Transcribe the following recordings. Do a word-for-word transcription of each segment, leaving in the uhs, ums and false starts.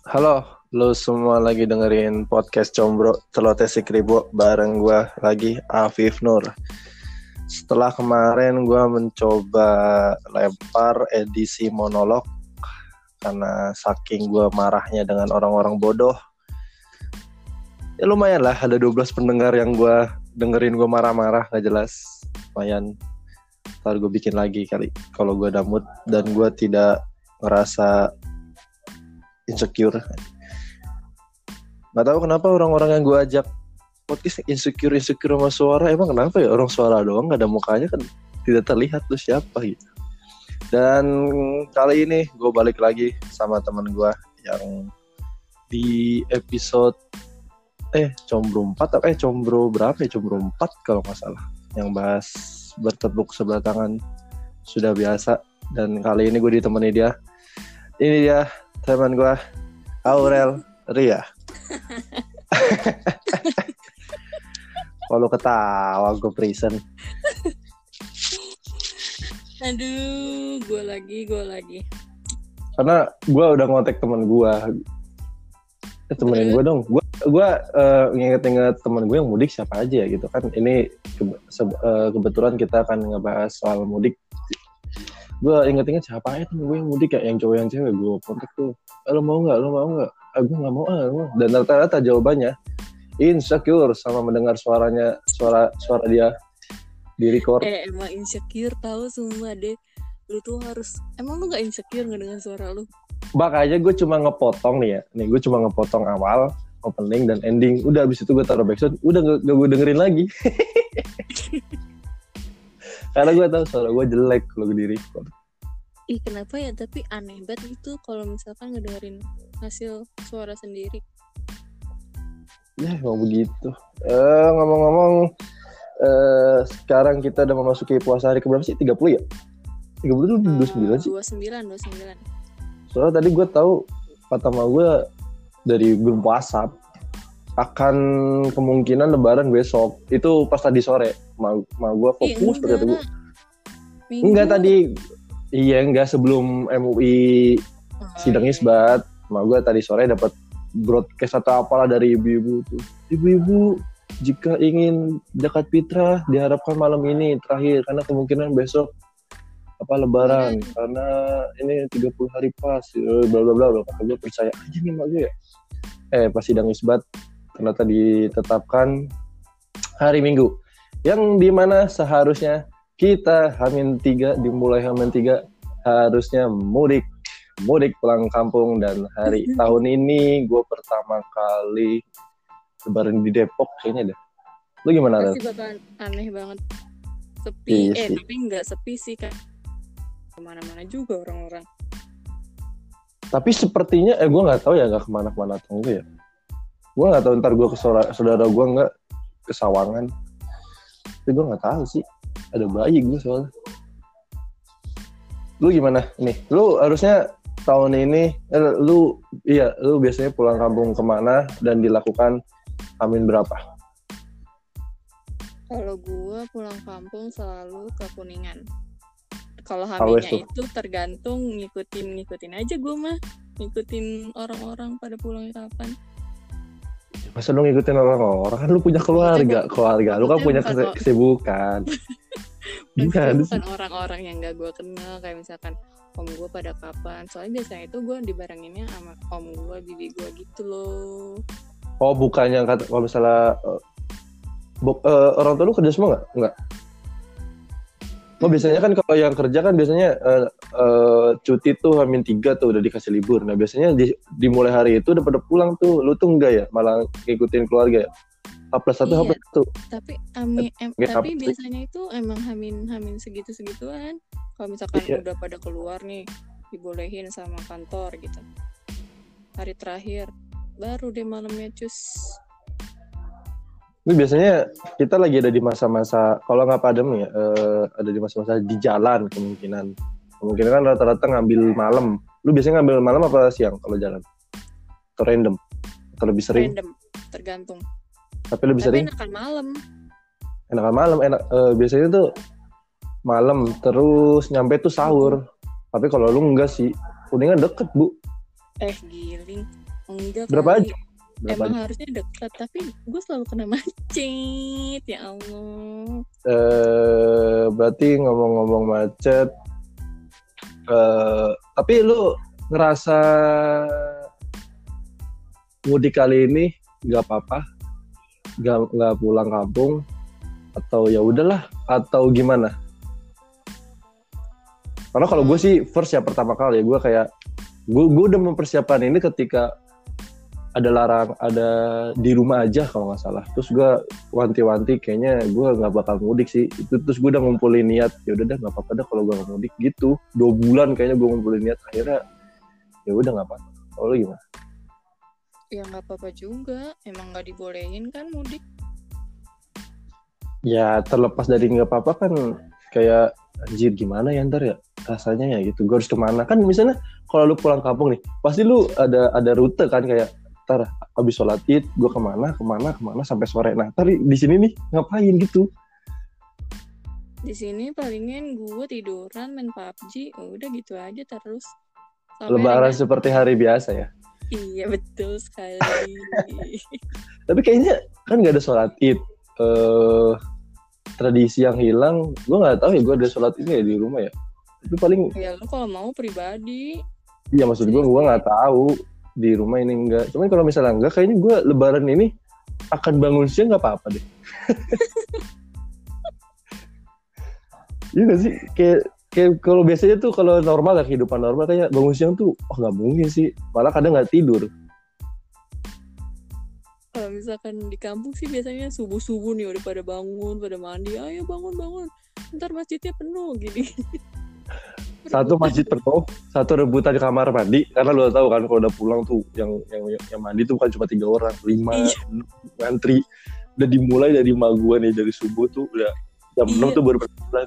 Halo, lu semua lagi dengerin podcast Combro Celoteh Sikribo bareng gue lagi Afif Nur. Setelah kemarin gue mencoba lempar edisi monolog karena saking gue marahnya dengan orang-orang bodoh. Ya lumayan lah, ada dua belas pendengar yang gue dengerin gue marah-marah gak jelas. Lumayan, ntar gue bikin lagi kali kalau gue ada mood dan gue tidak ngerasa insecure. Nggak tahu kenapa orang-orang yang gue ajak podcast insecure insecure sama suara, emang kenapa ya orang suara doang nggak ada mukanya kan tidak terlihat tuh siapa gitu. Dan kali ini gue balik lagi sama teman gue yang di episode eh Combro empat eh Combro berapa ya Combro empat kalau nggak salah yang bahas bertepuk sebelah tangan sudah biasa. Dan kali ini gue ditemani dia, ini dia teman gue Aurel Ria. Kalau ketawa gue prison. Aduh, gue lagi, gue lagi. Karena gue udah ngontek teman gue, eh, temenin gue dong. Gue gue uh, nginget-inget teman gue yang mudik siapa aja ya gitu kan. Ini ke- se- uh, kebetulan kita akan ngebahas soal mudik. Gue inget-inget siapa aja temen gue yang mudik ya, yang cowok yang cewek gue kontak tuh. Eh, lo mau nggak? Lo mau nggak? Ah, gue nggak mau ah. Dan rata-rata jawabannya insecure sama mendengar suaranya, suara suara dia di record. Eh, emang insecure tahu semua deh. Lu tuh harus, emang lu gak insecure ngedengar suara lu? Makanya gue cuma ngepotong nih ya. Nih gue cuma ngepotong awal, opening dan ending. Udah abis itu gue taruh backsound. Udah gak, gak gue dengerin lagi. Karena gue tahu suara gue jelek kalau di record. Ih, kenapa ya? Tapi aneh banget gitu kalau misalkan ngedengerin hasil suara sendiri. Ya emang begitu. Eh, ngomong-ngomong, eh, sekarang kita udah memasuki puasa hari keberapa sih? tiga puluh ya? tiga puluh itu dua puluh sembilan sih? dua puluh sembilan, dua puluh sembilan. Soalnya tadi gue tahu kata ma gue dari grup WhatsApp akan kemungkinan lebaran besok. Itu pas tadi sore. Ma, ma gue fokus Ih, pada gue. Minggu. Enggak tadi, iya enggak sebelum M U I Oh, sidang iya. isbat. Ma gue tadi sore dapat broadcast atau apalah dari ibu-ibu tuh. Ibu-ibu, jika ingin zakat fitrah diharapkan malam ini terakhir karena kemungkinan besok apa lebaran Hmm. karena ini tiga puluh hari pas bla bla bla bla. Kata gue percaya aja nih mak gue ya. Eh pas sidang isbat ternyata ditetapkan hari Minggu yang dimana seharusnya kita Hamin tiga dimulai Hamin tiga harusnya mudik mudik pulang kampung. Dan hari tahun ini gue pertama kali lebaran di Depok kayaknya deh. Lu gimana? Pasti bakalan aneh banget. Sepi, Iya eh sih. tapi nggak sepi sih kan. Kemana-mana juga orang-orang. Tapi sepertinya eh gue nggak tahu ya nggak kemana-mana atau enggak ya. Gue nggak tahu ntar gue ke saudara, saudara gue nggak ke Sawangan. Tapi gue nggak tahu sih. Ada bayi gue soalnya. Lu gimana nih? Lu harusnya tahun ini, eh, lu iya, lu biasanya pulang kampung kemana dan dilakukan Amin berapa? Kalau gue pulang kampung selalu ke Kuningan. Kalau Always haminnya tuh. itu tergantung ngikutin ngikutin aja gue mah, ngikutin orang-orang pada pulangnya kapan. Masa lu ngikutin orang-orang? Kan lu punya keluarga, Maksudnya, keluarga. Lu kan maksudnya punya bukan kese- o- kesibukan. Maksudnya Gimana bukan sih? orang-orang yang gak gue kenal, kayak misalkan om gue pada kapan. Soalnya biasanya itu gue dibarenginnya sama om gue, bibi gue gitu loh. Oh, bukannya kata kalau misalnya uh, bu- uh, orang tua lu kerja semua nggak? Nggak. Oh, biasanya kan kalau yang kerja kan biasanya uh, uh, cuti tuh Hamin tiga tuh udah dikasih libur. Nah biasanya di, dimulai hari itu udah pada pulang tuh. Lu tuh enggak ya? Malah ngikutin keluarga ya? H plus satu, H Iya, plus satu. tapi ami, em, Nggak tapi apa sih? biasanya itu emang hamin hamin segitu segituan. Kalau misalkan Iya. udah pada keluar nih, dibolehin sama kantor gitu. Hari terakhir baru deh malamnya cus. Ini biasanya kita lagi ada di masa-masa, kalau nggak pandemi ya, uh, ada di masa-masa di jalan kemungkinan. Kemungkinan kan rata-rata ngambil malam. Lu biasanya ngambil malam apa siang kalau jalan? Atau random? Atau lebih sering? Random, tergantung. Tapi lebih Tapi sering? enakan malam. Enakan malam. Enak. Uh, biasanya tuh malam terus nyampe tuh sahur. Tapi kalau lu enggak sih, Kuningan deket bu. Eh giling, Enggak Berapa kali. jam? Berapa Emang jam? harusnya dekat, tapi gue selalu kena macet. Ya Allah. Eh, berarti ngomong-ngomong macet, eh, tapi lu ngerasa mudik kali ini nggak apa-apa, nggak nggak pulang kampung, atau ya udahlah, atau gimana? Karena kalau gue sih first ya pertama kali ya gue kayak gue gue udah mempersiapkan ini ketika ada larang ada di rumah aja kalau nggak salah. Terus gue wanti-wanti kayaknya gue nggak bakal mudik sih. Itu terus gue udah ngumpulin niat ya udah dah nggak apa-apa dah kalau gue nggak mudik gitu. Dua bulan kayaknya gue ngumpulin niat akhirnya ya udah nggak apa-apa. Kalau lu gimana? Ya nggak apa-apa juga. Emang nggak dibolehin kan mudik. Ya terlepas dari nggak apa-apa kan kayak anjir gimana ya ntar ya rasanya ya gitu. Gue harus kemana kan misalnya kalau lu pulang kampung nih pasti lu ada ada rute kan kayak ntar abis sholat id gue kemana kemana kemana sampai sore. Nah ntar di sini nih ngapain gitu? Di sini palingan gue tiduran main P U B G, udah gitu aja terus. Sampai Lebaran dengan... seperti hari biasa ya. Iya betul sekali. Tapi kayaknya kan nggak ada sholat id. Eh, tradisi yang hilang, gue nggak tahu ya gue ada sholat id ya di rumah ya. Itu paling. Ya lu kalau mau pribadi. Iya maksud gue gue nggak tahu di rumah ini enggak. Cuman kalau misalnya enggak, kayaknya gue Lebaran ini akan bangun siang nggak apa-apa deh. Iya nggak sih? Kayak kayak kalau biasanya tuh kalau normal ya kehidupan normal kayak bangun siang tuh oh nggak mungkin sih. Malah kadang nggak tidur. Kalau misalkan di kampung sih biasanya subuh-subuh nih udah pada bangun, pada mandi, ayo bangun-bangun, ntar masjidnya penuh gini. Satu masjid penuh, satu rebutan kamar mandi karena lo tahu kan kalau udah pulang tuh yang yang yang mandi tuh bukan cuma tiga orang, lima Iya. ngantri. Udah dimulai dari mak gue nih dari subuh tuh udah jam Iya. enam tuh baru berjalan.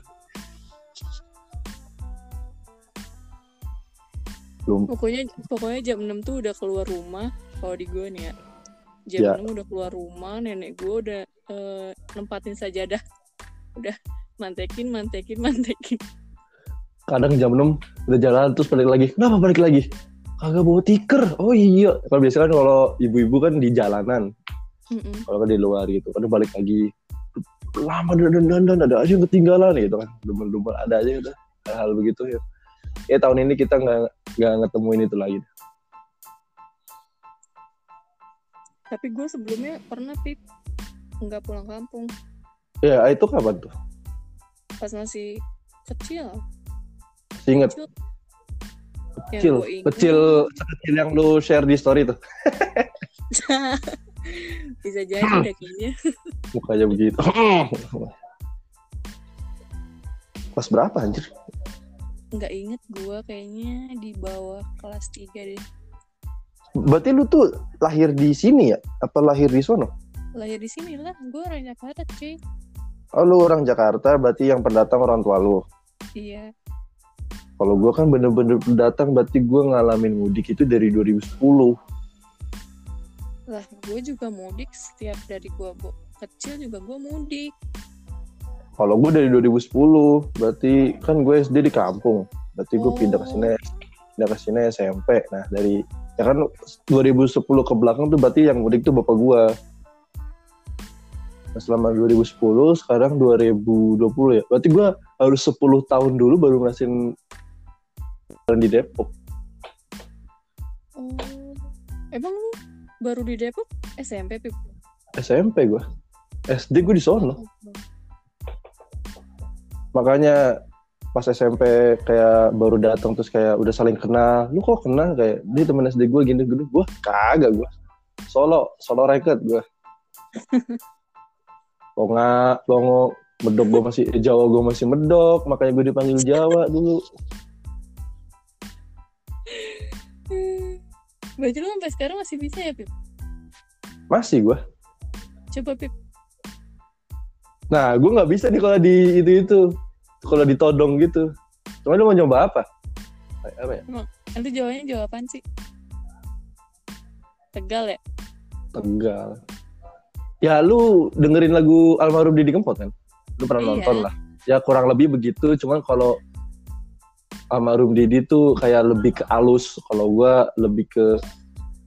Belum. Pokoknya pokoknya jam enam tuh udah keluar rumah kalau di gue nih ya. Jam Ya. enam udah keluar rumah, nenek gue udah uh, nempatin sajadah. Udah mantekin, mantekin, mantekin. Kadang jam enam udah jalan terus balik lagi. Kenapa balik lagi? Kagak bawa tiker. Oh iya. Kalau biasanya kan kalau ibu-ibu kan di jalanan. Mm-mm. Kalau kan di luar gitu. Kadang balik lagi. Lama dan dan dan ada aja yang ketinggalan gitu kan. Dumel-dumel ada aja udah hal begitu ya. Ya tahun ini kita nggak nggak ngetemuin itu lagi. Tapi gue sebelumnya pernah Pip nggak pulang kampung Ya itu kapan tuh? pas masih kecil. Ingat Kecil. kecil, kecil, sekecil yang lu share di story tuh. Bisa jadi udah kayaknya. Mukanya begitu. Kelas berapa anjir? Nggak inget gue kayaknya di bawah kelas tiga deh. Berarti lu tuh lahir di sini ya? Apa lahir di sono? Lahir di sini lah, gue orang Jakarta cuy. Oh lu orang Jakarta, berarti yang pendatang orang tua lu. Iya. Kalau gue kan bener-bener pendatang, berarti gue ngalamin mudik itu dari dua ribu sepuluh. Lah gue juga mudik setiap dari gue bo- kecil juga gue mudik. Kalau gue dari dua ribu sepuluh, berarti kan gue S D di kampung. Berarti gue Oh. pindah ke sini, pindah ke sini S M P. Nah dari ya kan dua ribu sepuluh ke belakang tuh berarti yang mudik tuh bapak gue. Nah, selama dua ribu sepuluh, sekarang dua ribu dua puluh ya. Berarti gue harus sepuluh tahun dulu baru ngerasain di Depok. Oh. Emang lu baru di Depok S M P Pip? S M P gue. S D gue di sono. Makanya pas S M P kayak baru datang terus kayak udah saling kenal. Lu kok kenal kayak dia temen S D gue gini-gini. Gue kagak gue. Solo, solo record gue. Longa, longo, medok gue masih Jawa gue masih medok, makanya gue dipanggil Jawa dulu. Berarti lu sampai sekarang masih bisa ya Pip? Masih gue. Coba Pip. Nah, gue nggak bisa nih kalau di itu-itu, kalau ditodong gitu. Cuma lu mau nyoba apa? Apa ya? Emang nanti jawabannya jawaban sih. Tegal ya? Tegal. Ya lu dengerin lagu Almarhum Didi Kempot kan? Lu pernah Iya. nonton lah. Ya kurang lebih begitu, cuman kalau Almarhum Didi tuh kayak lebih ke alus, kalau gue lebih ke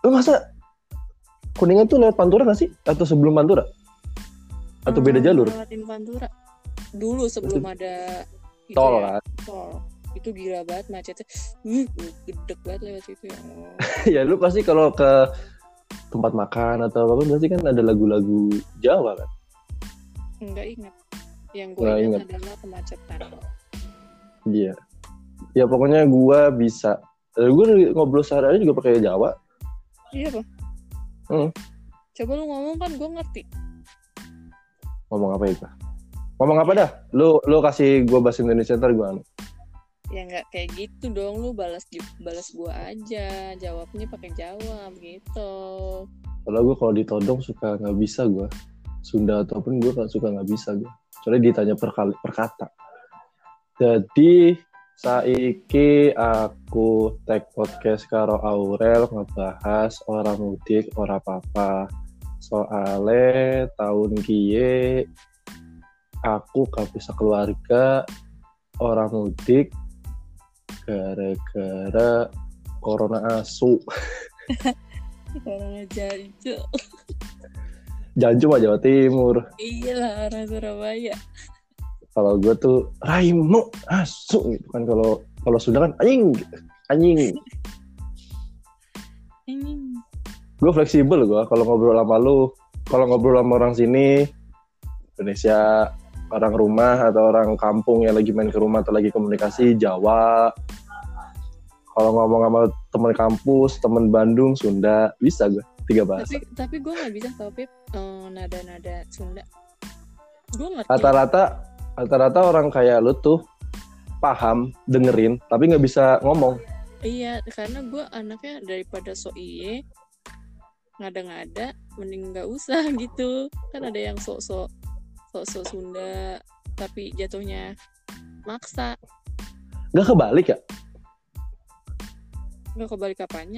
Lu masa Kuningan tuh lewat Pantura nggak sih? Atau sebelum Pantura? Atau beda jalur? Lewatin Pantura. Dulu sebelum itu, ada itu tol ya, kan? Tol. Itu gila banget macetnya. Uh, gedek banget lewat situ ya. Ya lu pasti kalau ke tempat makan atau apa pasti kan ada lagu-lagu Jawa kan? Enggak ingat. Yang gue ingat, ingat adalah kemacetan. Iya. Ya pokoknya gue bisa. Gue ngobrol sehari-hari juga pakai Jawa. Iya, Pak. Hmm. Coba lu ngomong kan gue ngerti. Ngomong apa itu? Ngomong apa dah? Lu lu kasih gue bahasa Indonesia ntar gue anu. Ya nggak kayak gitu dong, lu balas balas gue aja, jawabnya pakai Jawa gitu. Kalau gue kalau ditodong suka nggak bisa gue. Sunda ataupun gue suka nggak bisa gue. Soalnya ditanya per kali per kata. Jadi saiki aku tag podcast karo Aurel ngebahas orang mudik ora apa-apa. Soale tahun kiye aku gak bisa keluarga orang mudik gara-gara corona asu. Corona Janju. Janju mah Jawa Timur. Iya lah, orang Surabaya. Kalau gue tuh raimu asu gitu kan, kalau kalau Sunda kan anjing anjing. Anjing. Gue fleksibel gue kalau ngobrol sama lu, kalau ngobrol sama orang sini Indonesia, orang rumah atau orang kampung yang lagi main ke rumah atau lagi komunikasi Jawa. Kalau ngomong sama teman kampus, teman Bandung, Sunda, bisa gue tiga bahasa. Tapi tapi gue nggak bisa tau Pip, uh, nada-nada Sunda. Gue ngerti. Rata-rata Rata-rata orang kayak lu tuh paham, dengerin, tapi nggak bisa ngomong. Iya, karena gue anaknya daripada so iye, ngada-ngada, mending nggak usah gitu. Kan ada yang sok-sok, sok-sok Sunda, tapi jatuhnya maksa. Nggak kebalik ya? Nggak kebalik apanya?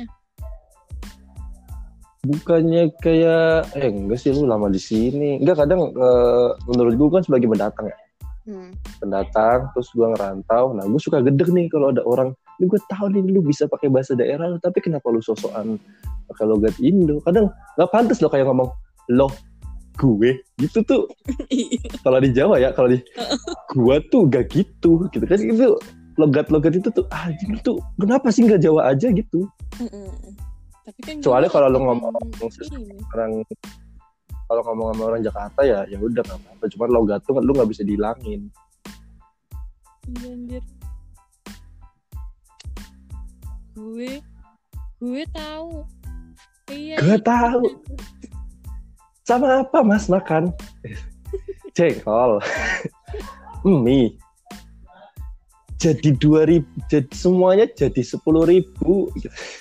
Bukannya kayak, eh enggak sih lu lama di sini. Enggak, kadang uh, menurut gue kan sebagai pendatang ya. Hmm. Pendatang, terus gue ngerantau. Nah, gue suka gedek nih kalau ada orang, ini gue tahu nih lu bisa pakai bahasa daerah, tapi kenapa lu sosokan pakai logat Indo? Kadang nggak pantas lo kayak ngomong lo, gue, gitu tuh. Kalau di Jawa ya, kalau di gue tuh gak gitu, gitu kan itu logat-logat itu tuh, ah, itu tuh kenapa sih nggak Jawa aja gitu? Tapi kan kecuali kalau lu ngomong orang kalau ngomong sama orang Jakarta ya ya udah nggak apa-apa, cuman logat tuh lu nggak bisa dihilangin. Iya anjir. Gue gue tahu. Iya. Gue tahu. Sama apa Mas makan? Jengkol. Mie. Jadi dua ribu, jadi semuanya jadi sepuluh ribu.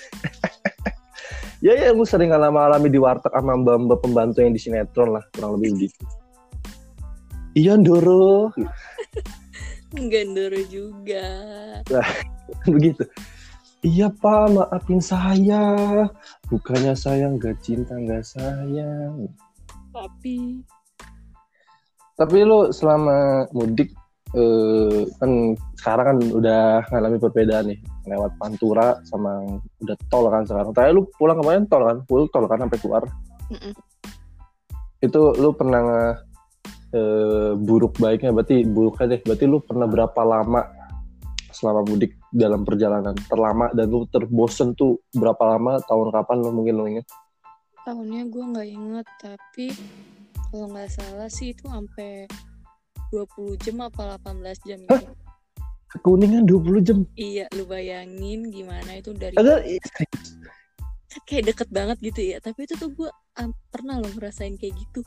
Ya ya gue sering alami-alami di warteg sama mbak-mbak pembantu yang di sinetron lah, kurang lebih gitu. Iya Ndoro. Enggak Ndoro juga. Nah, begitu. Iya Pak, maafin saya. Bukannya saya nggak cinta, nggak sayang. Tapi Tapi lo selama mudik eh, kan sekarang kan udah ngalami perbedaan nih. Lewat Pantura sama udah tol kan sekarang. Tadi lu pulang kemarin tol kan, full tol kan sampai keluar. Mm-mm. Itu lu pernah e, buruk baiknya, berarti buruknya deh. Berarti lu pernah berapa lama selama mudik dalam perjalanan terlama dan lu terbosen tuh berapa lama? Tahun kapan lu mungkin lu inget? Tahunnya gue nggak inget, tapi kalau nggak salah sih itu sampai dua puluh jam apa delapan belas jam gitu. Hah? Ke Kuningan dua puluh jam. Iya, lu bayangin gimana itu dari Agak kayak deket banget gitu ya. Tapi itu tuh gue um, pernah loh ngerasain kayak gitu.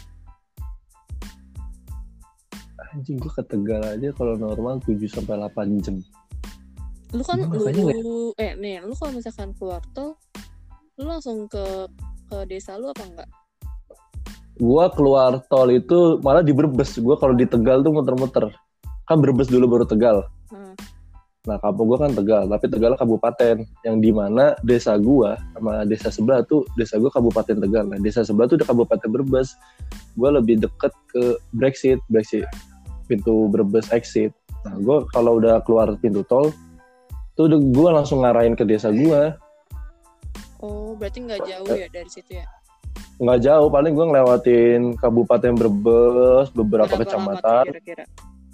Anjing, gue ke Tegal aja kalau normal tujuh sampai delapan jam. Lu kan lu, lu eh nih, lu kalau misalkan keluar tol, lu langsung ke ke desa lu apa enggak? Gua keluar tol itu malah di Brebes. Gua kalau di Tegal tuh muter-muter. Kan Brebes dulu baru Tegal. Hmm. Nah kampung gue kan Tegal, tapi Tegal kabupaten, yang dimana desa gue sama desa sebelah tuh, desa gue kabupaten Tegal, nah desa sebelah tuh udah kabupaten Brebes. Gue lebih deket ke Brexit, Brexit pintu Brebes exit. Nah gue kalau udah keluar pintu tol tuh gue langsung ngarahin ke desa gue. Oh, berarti nggak jauh ya dari situ ya? Nggak jauh, paling gue ngelewatin Kabupaten Brebes, beberapa Berapa lama tuh kecamatan. kira-kira?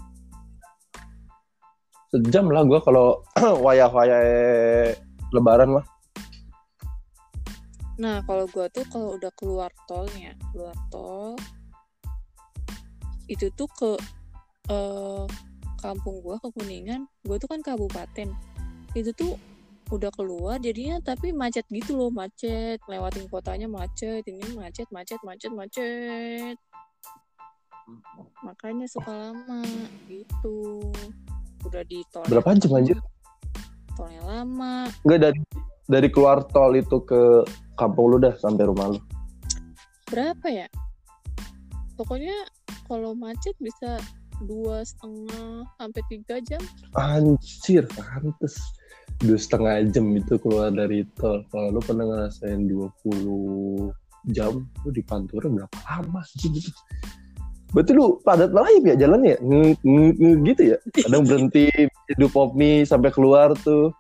Sejam lah gue kalau wayah-wayah Lebaran mah. Nah, kalau gue tuh kalau udah keluar tolnya, keluar tol, itu tuh ke eh, kampung gue, ke Kuningan. Gue tuh kan kabupaten. Itu tuh udah keluar jadinya tapi macet gitu loh, macet. Lewatin kotanya macet, ini macet, macet, macet, macet. Makanya suka lama gitu. Udah di tol. Berapa jam anjir? Tolnya lama. Enggak, dari dari keluar tol itu ke kampung lu dah sampai rumah lu. Berapa ya? Pokoknya kalau macet bisa dua setengah sampai tiga jam. Anjir, pantes. Dua setengah jam itu keluar dari tol. Kalau lu pernah ngerasain dua puluh jam, lu di Pantura berapa lama sih gitu? Berarti lu padat banget ya jalannya, nge, nge, nge gitu ya. Kadang berhenti, hidup pop mie sampai keluar tuh.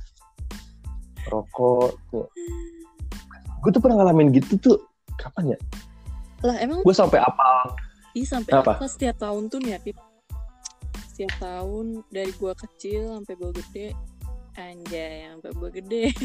Rokok tuh. Gue tuh pernah ngalamin gitu tuh. Kapan ya? Lah emang gue sampai apa? Ih sampai apa? apa setiap tahun tuh nih ya, Pip? Setiap tahun dari gua kecil sampai gua gede. Anjay, sampai gua gede.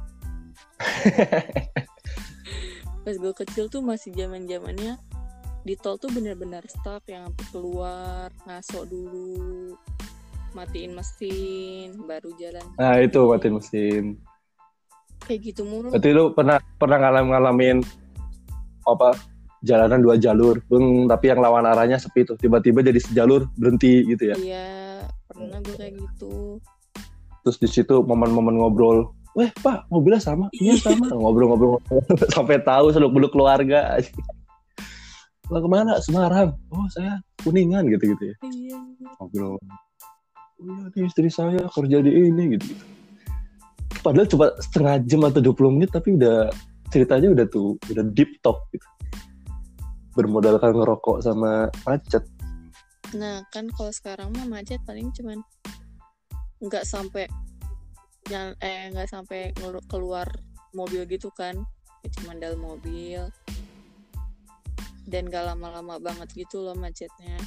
Pas gua kecil tuh masih zaman-zamannya di tol tuh benar-benar stuck, yang sampai keluar ngaso dulu, matiin mesin, baru jalan. Nah itu matiin mesin. Kayak gitu mulu. Berarti lu pernah pernah ngalamin ngalamin apa? Jalanan dua jalur, beng, tapi yang lawan arahnya sepi tuh, tiba-tiba jadi sejalur berhenti gitu ya? Iya, pernah gue kayak gitu. Terus di situ momen-momen ngobrol, weh pak mobilnya sama, iya sama, ngobrol-ngobrol sampai tahu seluk-beluk keluarga. Lah kemana? Semarang. Oh saya Kuningan gitu-gitu ya. Iya. Ngobrol. Oh iya nih istri saya kerja di ini gitu-gitu. Padahal cuma setengah jam atau dua puluh menit tapi udah ceritanya udah tuh udah deep talk gitu. Bermodalkan ngerokok sama macet. Nah kan kalau sekarang mah macet paling cuman nggak sampai yang eh nggak sampai keluar mobil gitu kan, cuma dalam mobil. Dan gak lama-lama banget gitu loh macetnya.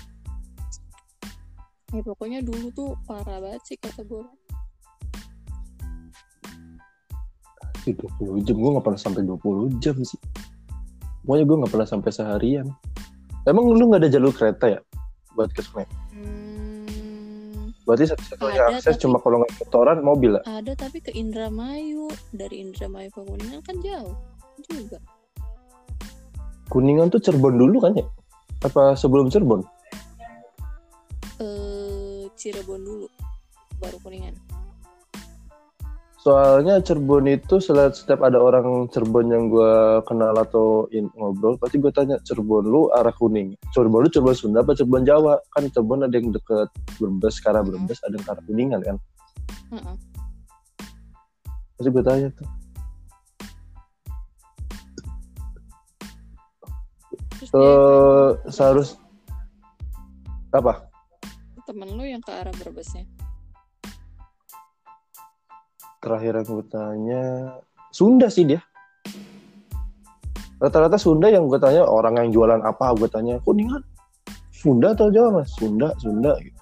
Ya pokoknya dulu tuh parah banget sih kata gue. dua puluh jam, gue gak pernah sampai dua puluh jam sih. Pokoknya gue gak pernah sampai seharian. Emang lu gak ada jalur kereta ya? Buat ke sungai? Hmm, Berarti satu-satunya akses tapi, cuma kalau gak motoran, mobil lah? Ada tapi ke Indramayu. Dari Indramayu ke Kuningan kan jauh juga. Kuningan tuh Cirebon dulu kan ya? Apa sebelum Cirebon? Eh, Cirebon dulu, baru Kuningan. Soalnya Cirebon itu setiap ada orang Cirebon yang gue kenal atau in, ngobrol, pasti gue tanya, Cirebon lu arah Kuning. Cirebon lu Cirebon Sunda apa Cirebon Jawa? Kan Cirebon ada yang deket Brebes, ke arah Brebes, uh-huh. ada yang ke arah Kuningan kan? Uh-uh. Pasti gue tanya tuh. Uh, seharus apa? Temen lu yang ke arah Brebesnya? Terakhir yang gue tanya Sunda sih dia. Rata-rata Sunda yang gue tanya, orang yang jualan apa gue tanya, Kuningan Sunda atau Jawa mas? Sunda, Sunda gitu.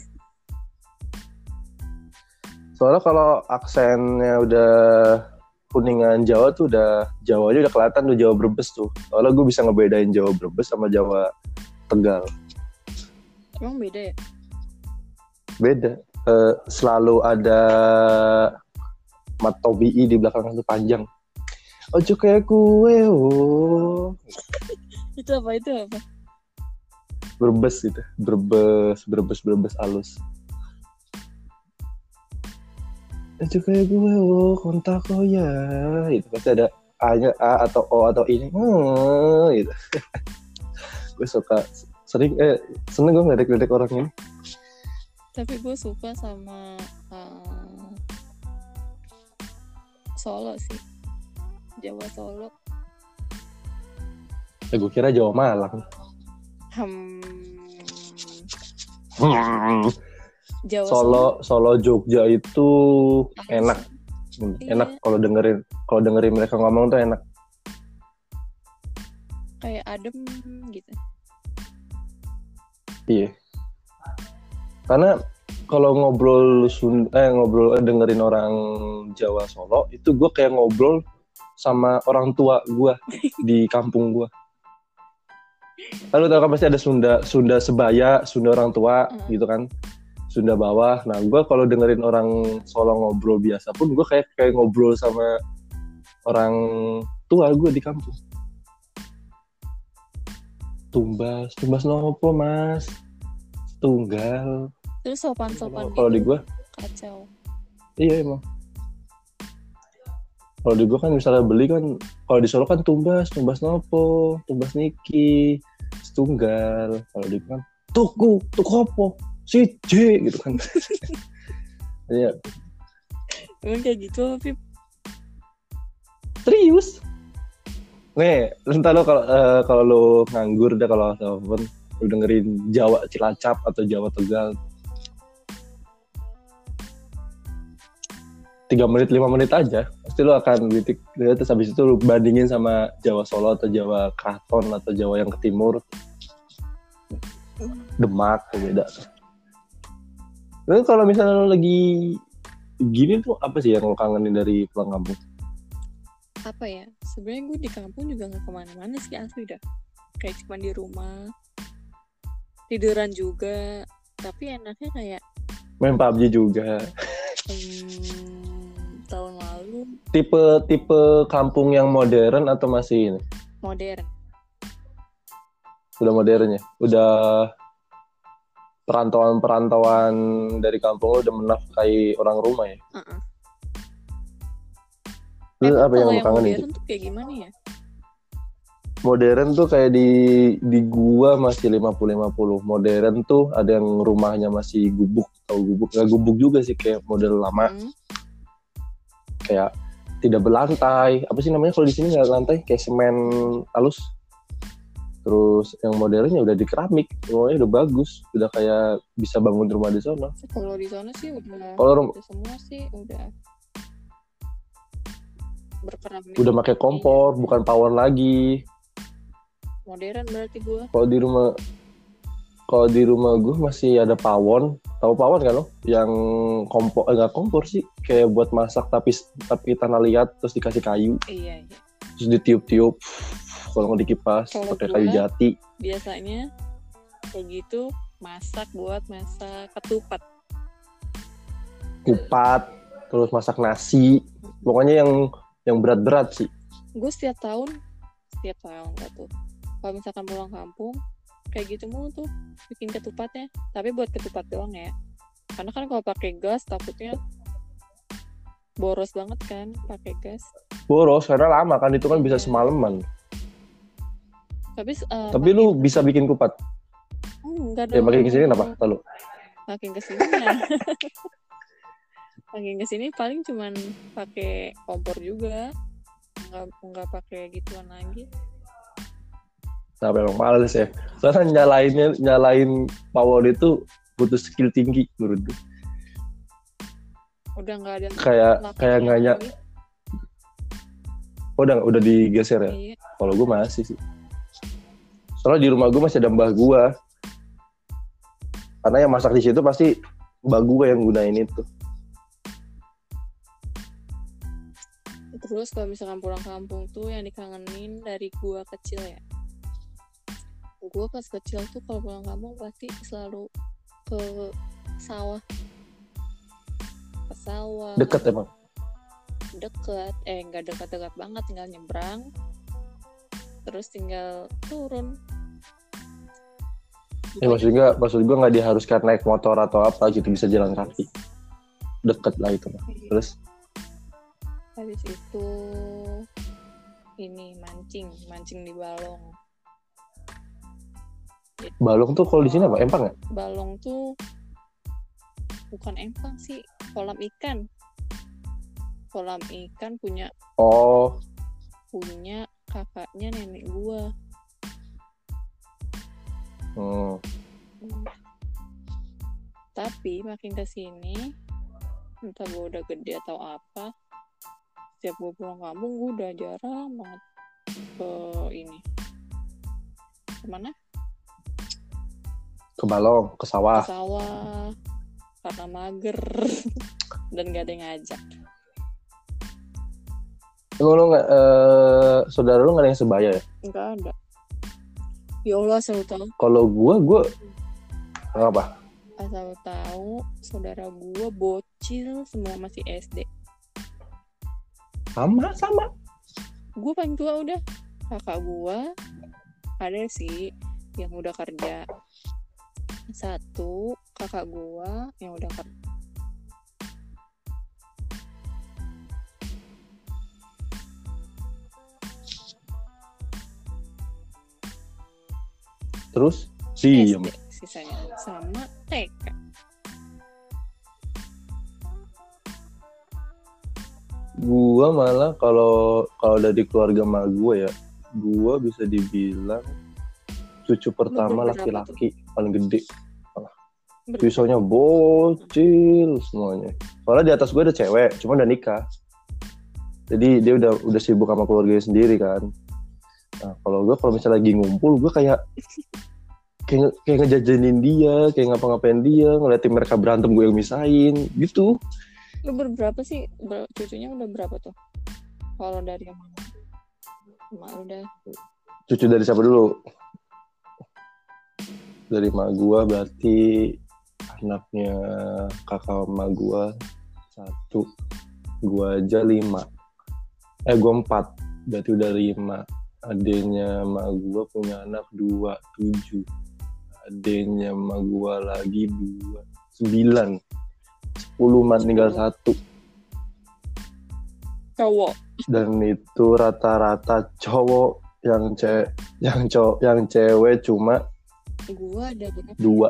Soalnya kalau aksennya udah Kuningan Jawa tuh udah Jawanya udah kelihatan tuh, Jawa Brebes tuh. Soalnya gue bisa ngebedain Jawa Brebes sama Jawa Tegal. Emang beda ya? Beda. Uh, selalu ada matobi'i di belakang itu panjang. Ojo kayak kue oh. Itu apa itu apa? Brebes itu. Brebes, Brebes, Brebes alus. Itu kayak gue, oh kontak oh ya, itu pasti ada A-nya A atau O atau I, hmm, gitu. Gue suka sering, eh seneng gue ngedek-ngedek orang ini. Tapi gue suka sama uh, Solo sih, Jawa Solo. Ya gue kira Jawa Malang. Hmm. hmm. Jawa Solo, Solo, Jogja itu Asli. Enak. Iya. Enak kalau dengerin kalau dengerin mereka ngomong tuh enak. Kayak adem gitu. Iya. Karena kalau ngobrol Sunda, eh ngobrol eh, dengerin orang Jawa Solo itu gue kayak ngobrol sama orang tua gue di kampung gue. Lalu tau kan pasti ada Sunda Sunda sebaya, Sunda orang tua Uh-uh. gitu kan, Sunda bawah. Nah gue kalau dengerin orang Solo ngobrol biasa pun gue kayak kayak ngobrol sama orang tua gue di kampung. Tumbas, tumbas nopo mas? Tunggal. Terus sopan-sopan Kalau gitu. di gue Kacau. iya emang. Kalau di gue kan misalnya beli kan, kalau di Solo kan tumbas, tumbas nopo, tumbas niki, setunggal. Kalau di gue kan tuku, tuku apa? Siji gitu kan. Iya. Emang kayak gitu, Pip? Serius? Nih, entar lo kalau uh, kalau lo nganggur deh kalau telepon, lo dengerin Jawa Cilacap atau Jawa Tegal. tiga menit, lima menit aja, pasti lo akan bitik. Terus habis itu lo bandingin sama Jawa Solo atau Jawa Kraton atau Jawa yang ke timur. Demak, beda. Lalu kalau misalnya lo lagi gini tuh, apa sih yang lo kangenin dari pulang kampung? Apa ya? Sebenarnya gue di kampung juga gak kemana-mana sih asli dah. Kayak cuma di rumah. Tiduran juga. Tapi enaknya kayak Main P U B G juga. Hmm, tahun lalu Tipe-tipe kampung yang modern atau masih ini? modern. Udah modern ya? Udah perantauan-perantauan dari kampung lo udah menafkahi orang rumah ya? Uh-uh. Lu Emang apa yang kalau lo yang kangenin? modern tuh kayak gimana ya? Modern tuh kayak di di gua masih lima puluh lima puluh. Modern tuh ada yang rumahnya masih gubuk, atau gubuk nggak gubuk juga sih, kayak model lama. Hmm. Kayak tidak berlantai. Apa sih namanya kalau di sini nggak lantai? Kayak semen halus. Terus yang modernnya udah di keramik, rumahnya udah bagus, udah kayak bisa bangun rumah di sana. Kalau di sana sih udah Kalau rum- udah semua sih udah berkeramik. udah pakai kompor, Iya. bukan power lagi. Modern berarti gue. Kalau di rumah kalau di rumah gue masih ada pawon. Tahu pawon kan lo? Yang kompor, eh, nggak kompor sih, kayak buat masak tapi tapi tanah liat terus dikasih kayu, Iya, iya. terus ditiup-tiup. Kalau mau dikipas Kalau pakai gua- kayu jati. Biasanya kayak gitu masak buat masak ketupat. Kupat, terus masak nasi. Pokoknya yang yang berat-berat sih. Gue setiap tahun setiap tahun gak tuh kalau misalkan pulang kampung kayak gitu mulu tuh bikin ketupatnya, tapi buat ketupat doang ya, karena kan kalau pakai gas takutnya boros banget kan pakai gas. Boros karena lama kan, itu kan bisa Iya. semalaman. Tapi uh, Tapi lu bisa bikin kupat. Hmm, enggak Ya dong. makin kesini kenapa? Lalu Makin kesini ya. Makin kesini paling cuman pakai kompor juga, nggak nggak pakai gituan lagi. nah memang males ya. Soalnya nyalainnya nyalain pawon itu butuh skill tinggi menurut gue. Udah nggak ada Kayak lakinya kayak nggak ny- lagi. oh, udah udah digeser ya. Iya. Kalau gue masih sih. Soalnya di rumah gue masih ada mbah gue. Karena yang masak di situ pasti mbah gue yang gunain itu. Terus kalau misalkan pulang kampung tuh yang dikangenin dari gua kecil ya. Gua pas kecil tuh kalau pulang kampung pasti selalu ke sawah. Ke sawah. Deket emang. Deket, eh nggak dekat-dekat banget, tinggal nyebrang. Terus tinggal turun. Ya maksud gue, maksud gue nggak diharuskan naik motor atau apa gitu, bisa jalan kaki. Deket lah itu. Terus Habis itu ini mancing, mancing di balong. balong tuh kalau di sini apa? Empang ya? Balong tuh bukan empang sih, kolam ikan. Kolam ikan punya Oh, punya kakaknya nenek gua. hmm. Hmm. Tapi makin kesini, entah gua udah gede atau apa, Setiap gue pulang kampung gue udah jarang banget ke ini kemana? Ke Balong, ke sawah. Ke sawah karena mager dan gak ada yang ngajak. Emang lu nggak, eh, saudara lu nggak ada yang sebaya ya? Nggak ada. Ya Allah, asal lu tahu. Kalau gue, gue apa? Asal lu tahu, saudara gue bocil semua masih S D. Sama, sama. Gue paling tua udah. Kakak gue ada sih yang udah kerja. Satu kakak gue yang udah kerja. Terus diem. S D sisanya sama T K. Gua malah kalau kalau dari keluarga mah gue ya, gua bisa dibilang cucu pertama laki-laki paling gede. Pisaunya bocil semuanya. Soalnya di atas gue ada cewek, cuma udah nikah. Jadi dia udah udah sibuk sama keluarganya sendiri kan. Nah, kalau gue kalau misalnya lagi ngumpul, gue kayak kayak kayak ngejajanin dia, kayak ngapa-ngapain dia, ngeliatin mereka berantem gue yang misahin, gitu. Lu berberapa sih? Ber- cucunya udah berapa tuh? Kalau dari yang mana? Emak udah. Cucu dari siapa dulu? Dari mak gue berarti anaknya kakak mak gue satu, gue aja lima. Eh gue empat, berarti udah lima. Adenya mak gue punya anak dua, tujuh. Adenya mak gue lagi dua, sembilan. Sepuluh mat tinggal satu. Cowok. Dan itu rata-rata cowok, yang ce yang cowok yang cewek cuma Gua ada berapa? Dua.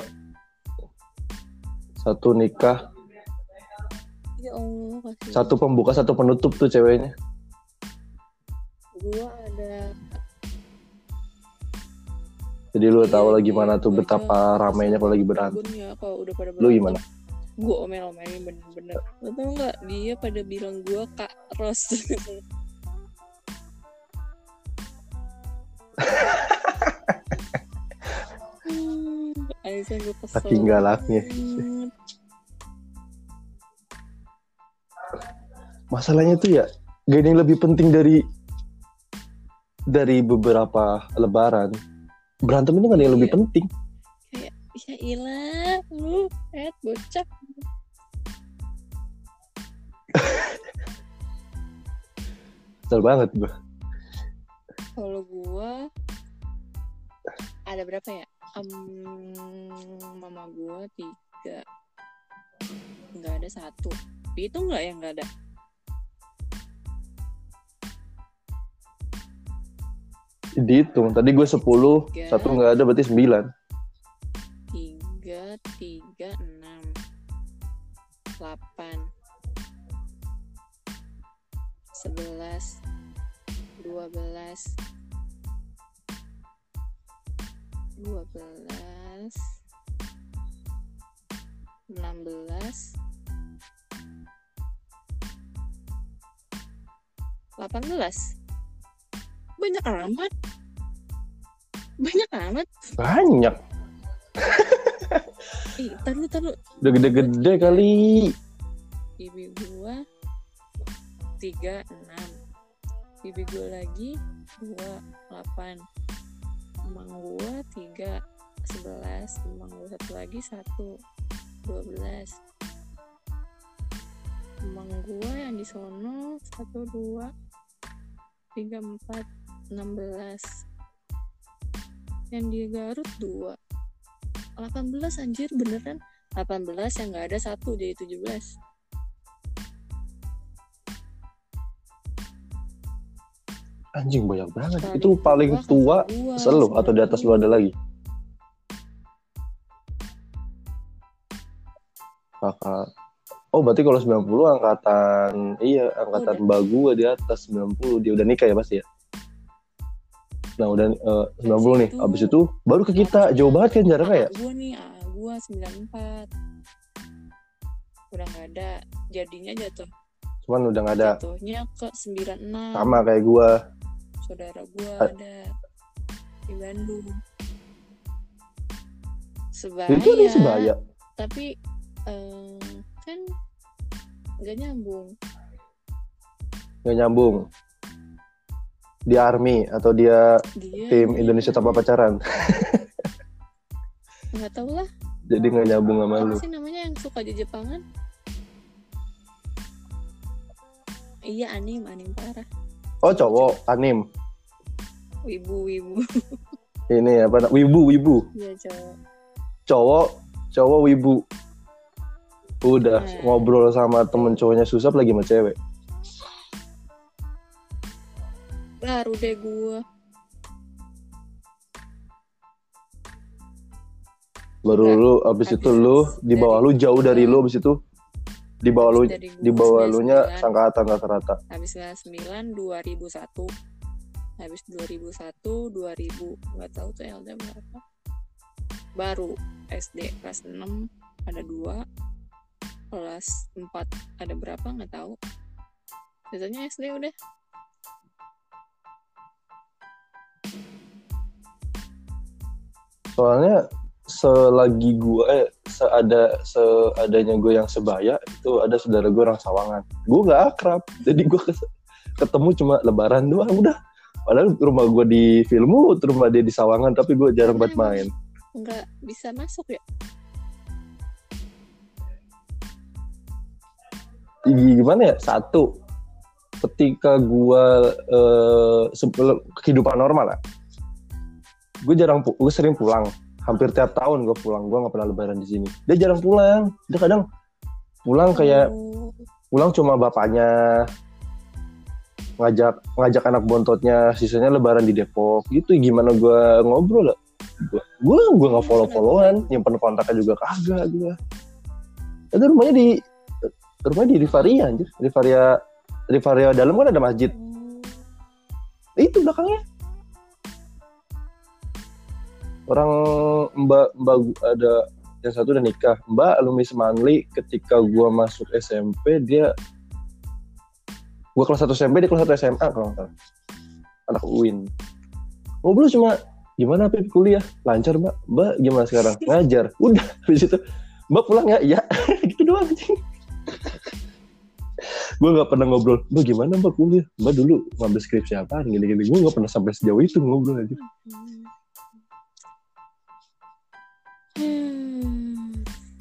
Satu nikah. Ya Allah, kasih. Satu pembuka, satu penutup tuh ceweknya. Gua ada. Jadi lu Iya, tahu lagi iya, mana tuh gua betapa aja ramainya kalau lagi berantem. Ya, kalau udah pada Lu gimana? Gue omel-omelin bener-bener. Lo tau gak, dia pada bilang gue Kak Ros. Aisyah gue kesel. Saking galaknya. Masalahnya tuh ya, gak ada yang lebih penting dari dari beberapa lebaran. Berantem itu gak ada yang Iya. lebih penting. Kayak, ya ilah, lu, Ed, bocah. Kesel banget gue. Kalau gue ada berapa ya? Um, mama gue tiga, nggak ada satu. Itu nggak yang nggak ada? Dihitung. Tadi gue sepuluh, Tiga. satu nggak ada berarti sembilan. Tiga, tiga, enam, delapan, sebelas, dua belas, dua belas, enam belas, delapan belas. Banyak amat. Banyak amat. Banyak. Ih, taruh, taruh. Udah gede-gede kali. Bibi gua tiga, enam. Bibi gua lagi dua, delapan. Emang gua tiga, sebelas. Emang gua satu lagi satu, dua belas. Emang gua yang di sono satu, dua, tiga, empat, enam belas. Yang di Garut dua, delapan belas anjir, beneran delapan belas, yang gak ada satu jadi tujuh belas. Anjing banyak banget. Paling Itu paling tua gua, selu atau di atas lu ada lagi? Kakak. Oh berarti kalau sembilan puluh angkatan, iya angkatan Udah. mbak gua di atas sembilan puluh. Dia udah nikah ya pasti ya? Nah udah uh, sembilan puluh nih. Abis itu baru ke kita. Jauh banget kan jaraknya ya? Gue nih, ah, gue sembilan puluh empat. Udah gak ada. Jadinya jatuh Cuman udah nggak ada. Jatuhnya ke sembilan puluh enam. Sama kayak gue. Saudara gue A- ada di Bandung. Sebaya. Itu ada sebaya. Tapi um, kan nggak nyambung. Nggak nyambung. Dia army atau dia, dia tim Indonesia tanpa pacaran? Nggak tahu lah. Jadi nggak nyambung sama Apa lu. sih namanya yang suka di Jepangan? Iya, anim, anim parah. Oh, cowok, anim. Wibu, wibu. Ini apa? Wibu, wibu. Iya, cowok. Cowok, cowok wibu. Udah Nah. ngobrol sama temen cowoknya susah lagi sama cewek. Baru deh gue. Baru Enggak. lu abis Abis itu lu di bawah dari lu jauh gua. dari lu abis itu di bawah lu Abis dari gua di bawah lu nya sembilan puluh sembilan. sangkatan rata-rata. Habis sembilan puluh sembilan dua ribu satu. Habis dua ribu satu dua ribu enggak tahu tuh L D berapa. Baru S D kelas enam ada dua. Kelas empat ada berapa enggak tahu. Biasanya S D udah. Soalnya selagi gue eh, seada seadanya gue yang sebaya itu ada saudara gue orang Sawangan. Gue nggak akrab, jadi gue ketemu cuma Lebaran doang udah. Padahal rumah gue di Filmu, rumah dia di Sawangan, tapi gue jarang banget main. Nggak bisa masuk ya? Gimana ya? Satu, ketika gue eh, sebelum kehidupan normal lah, gue jarang gue sering pulang. Hampir tiap tahun gue pulang, gue nggak pernah Lebaran di sini. Dia jarang pulang, dia kadang pulang kayak Oh. pulang cuma bapaknya ngajak ngajak anak bontotnya, sisanya Lebaran di Depok gitu. Gimana gue ngobrol lah? Gue gue nggak follow followan, nyimpen kontaknya juga kagak gue. Itu rumahnya di rumahnya di Rivaria anjir, Rivaria Rivaria dalam kan ada masjid. Itu belakangnya. Orang mbak mbak ada yang satu udah nikah, mbak alumni Semanli. Ketika gue masuk S M P dia, gue kelas satu S M P dia kelas satu S M A kalau nggak salah, anak U I N. Ngobrol cuma gimana Pip kuliah lancar mbak, mbak gimana sekarang ngajar, udah habis itu mbak pulang ya, iya gitu doang sih. Gue nggak pernah ngobrol, mbak gimana mbak kuliah, mbak dulu ngambil skripsi apaan gini-gini. Gue nggak pernah sampai sejauh itu ngobrol aja. Hmm.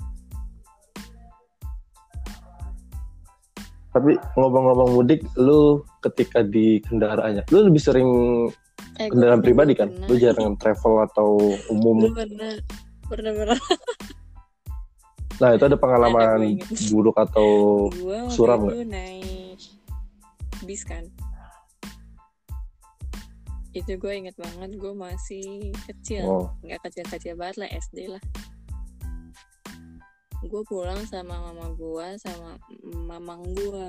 Tapi ngomong-ngomong mudik, lu ketika di kendaraannya, lu lebih sering Eh, kendaraan gua pribadi pernah, kan? Lu jarang travel atau umum. Lu pernah pernah pernah. Nah itu ada Ada, pengalaman gua inget. buruk atau Gue waktu suram itu nggak? naik bis kan. Itu gue inget banget, gue masih kecil. Oh. Nggak kecil-kecil banget lah, S D lah. Gue pulang sama mama gue sama mamang gue.